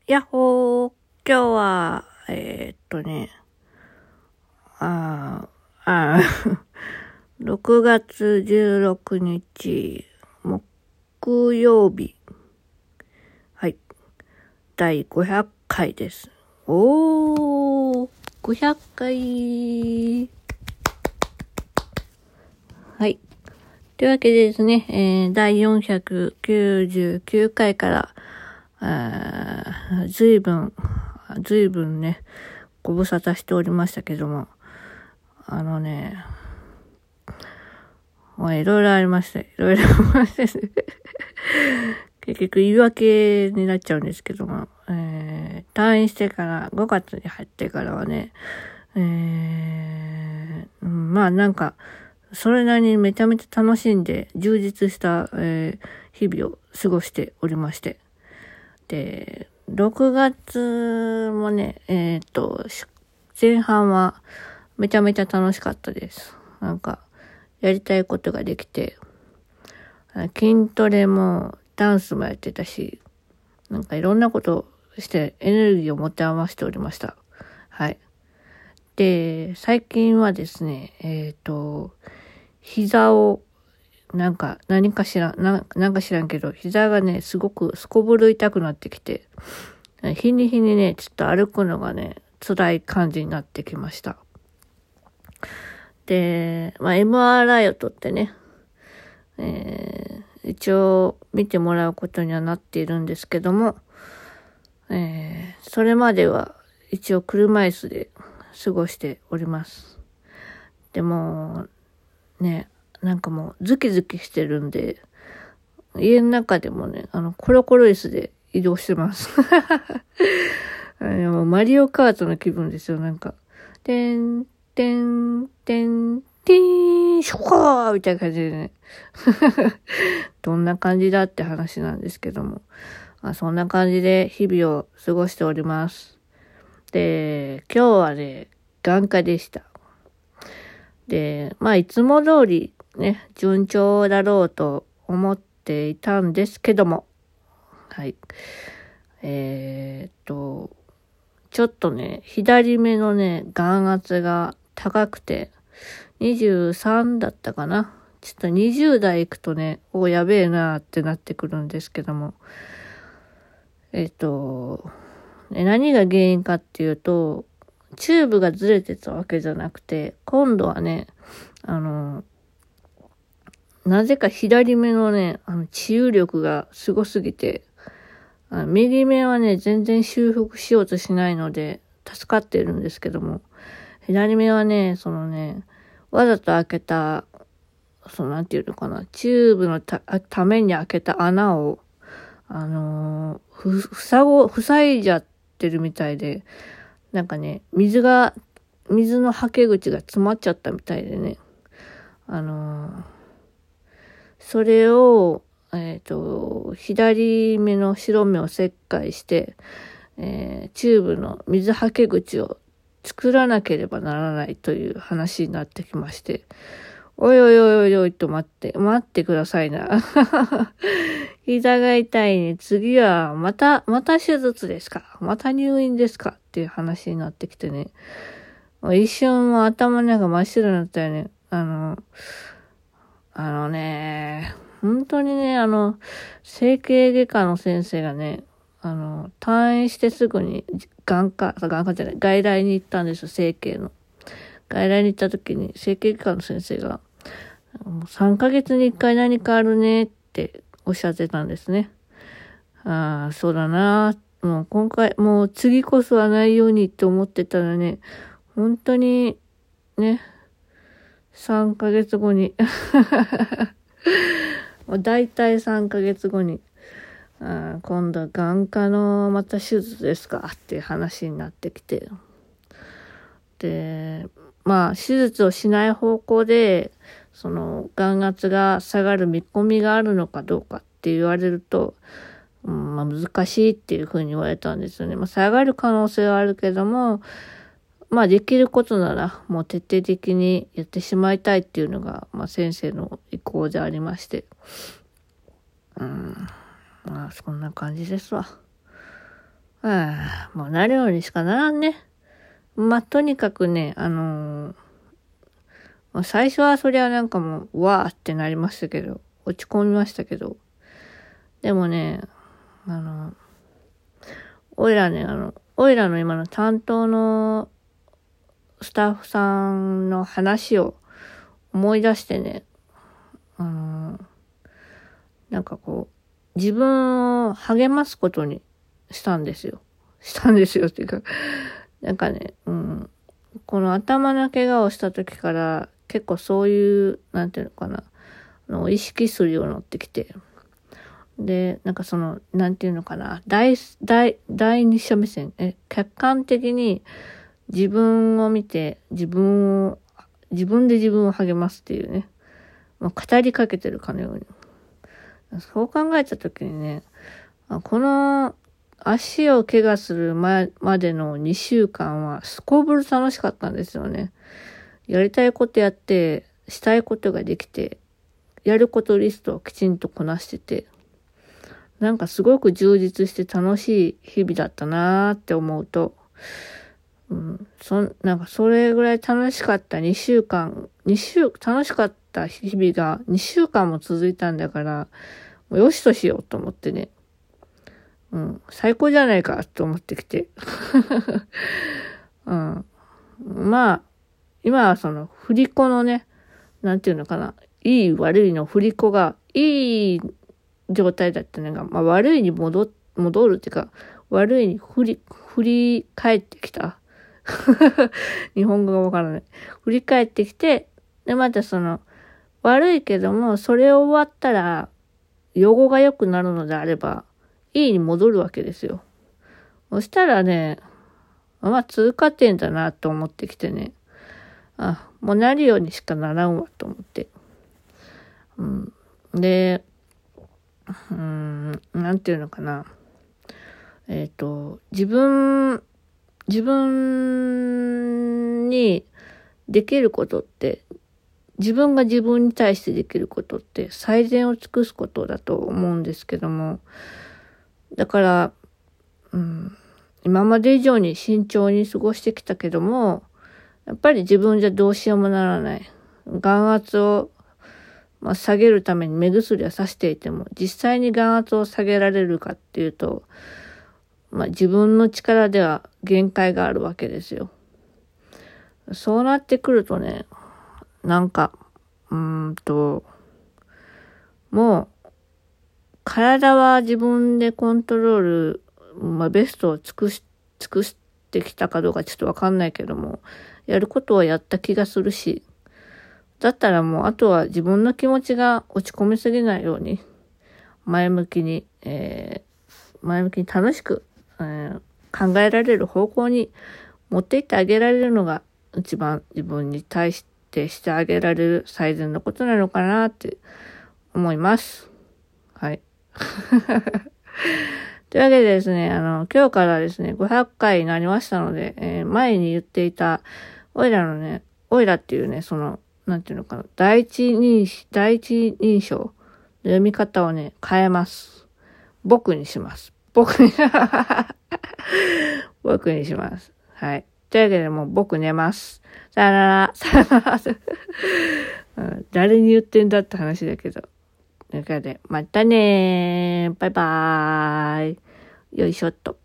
やっほー、今日は、あ6月16日、木曜日。はい。第500回です。500回。はい。というわけでですね、第499回から、ずいぶんね、ご無沙汰しておりましたけども、いろいろありまして、結局言い訳になっちゃうんですけども、退院してから、5月に入ってからはね、まあなんか、それなりにめちゃめちゃ楽しんで、充実した、日々を過ごしておりまして。で、6月もね、前半はめちゃめちゃ楽しかったです。なんか、やりたいことができて、筋トレもダンスもやってたし、なんかいろんなことをしてエネルギーを持て余しておりました。はい。で、最近はですね、膝を、なんか知らんけど、膝がね、すごくすこぶる痛くなってきて、日に日にね、ちょっと歩くのがね、辛い感じになってきました。で、MRI を取ってね、一応見てもらうことにはなっているんですけども、それまでは一応車椅子で過ごしております。でも、ね、なんかもうズキズキしてるんで、家の中でもね、コロコロ椅子で移動してます。もうマリオカートの気分ですよ、なんか。てん、てん、てん、てーん、ショカーみたいな感じでね。どんな感じだって話なんですけども。そんな感じで日々を過ごしております。で、今日はね、眼科でした。で、いつも通りね、順調だろうと思っていたんですけども、はい。ちょっとね、左目のね、眼圧が高くて、23だったかな。ちょっと20代行くとね、やべえなーってなってくるんですけども。何が原因かっていうと、チューブがずれてたわけじゃなくて、今度はね、なぜか左目のね、治癒力がすごすぎて、右目はね、全然修復しようとしないので、助かってるんですけども、左目はね、わざと開けた、なんていうのかな、チューブのために開けた穴を、塞いじゃってるみたいで、なんかね、水のはけ口が詰まっちゃったみたいでね、それを、左目の白目を切開して、チューブの水はけ口を作らなければならないという話になってきまして、おいおいおいおいおいと待ってくださいな。膝が痛いね。次はまた手術ですか？また入院ですか？っていう話になってきてね。一瞬もう頭の中真っ白になったよね。本当にね、整形外科の先生がね、退院してすぐに眼科じゃない、外来に行ったんですよ、整形の。外来に行った時に、整形外科の先生が、3ヶ月に1回何かあるねっておっしゃってたんですね。そうだな。もう次こそはないようにって思ってたらね、本当に、ね、3ヶ月後に、だいたい3ヶ月後に、今度は眼科のまた手術ですかっていう話になってきて。で、手術をしない方向で、眼圧が下がる見込みがあるのかどうかって言われると、難しいっていうふうに言われたんですよね。下がる可能性はあるけども、できることならもう徹底的にやってしまいたいっていうのが、先生の意向でありまして。そんな感じですわ。 もうなるようにしかならんね。とにかくね、最初はそりゃなんかもう、わーってなりましたけど、落ち込みましたけど、でもね、おいらの今の担当のスタッフさんの話を思い出してね、なんかこう、自分を励ますことにしたんですよっていうか、なんかね、この頭の怪我をした時から結構そういう、なんていうのかな、意識するようになってきて、で、なんかなんていうのかな、第二者目線、客観的に自分を見て、自分で自分を励ますっていうね、語りかけてるかのように。そう考えたときにね、この足を怪我するまでの2週間はすこぶる楽しかったんですよね。やりたいことやって、したいことができて、やることリストをきちんとこなしてて、なんかすごく充実して楽しい日々だったなーって思うと、なんかそれぐらい楽しかった楽しかった日々が2週間も続いたんだから、もうよしとしようと思ってね。最高じゃないかと思ってきて。今は振り子のね、なんていうのかな、いい悪いの振り子がいい状態だったのが、悪いに戻るっていうか、悪いに振り返ってきた。日本語がわからない。振り返ってきて、で、また悪いけども、それ終わったら、予後が良くなるのであれば、いいに戻るわけですよ。そしたらね、通過点だなと思ってきてね。もうなるようにしかならんわと思って。で、なんていうのかな。自分にできることって、自分が自分に対してできることって最善を尽くすことだと思うんですけども、だから、今まで以上に慎重に過ごしてきたけども、やっぱり自分じゃどうしようもならない。眼圧を、下げるために目薬はさしていても、実際に眼圧を下げられるかっていうと、自分の力では限界があるわけですよ。そうなってくるとね、なんか、もう、体は自分でコントロール、ベストを尽くしてきたかどうかちょっとわかんないけども、やることはやった気がするし、だったらもうあとは自分の気持ちが落ち込みすぎないように、前向きに楽しく、考えられる方向に持っていってあげられるのが一番自分に対してしてあげられる最善のことなのかなって思います。はい。というわけでですね、今日からですね、500回になりましたので、前に言っていた、オイラっていうね、なんていうのかな、第一人称の読み方をね、変えます。僕にします。僕にします。はい。というわけでもう僕寝ます。さよなら。誰に言ってんだって話だけど。というわけで、またねー。バイバーイ。よいしょっと。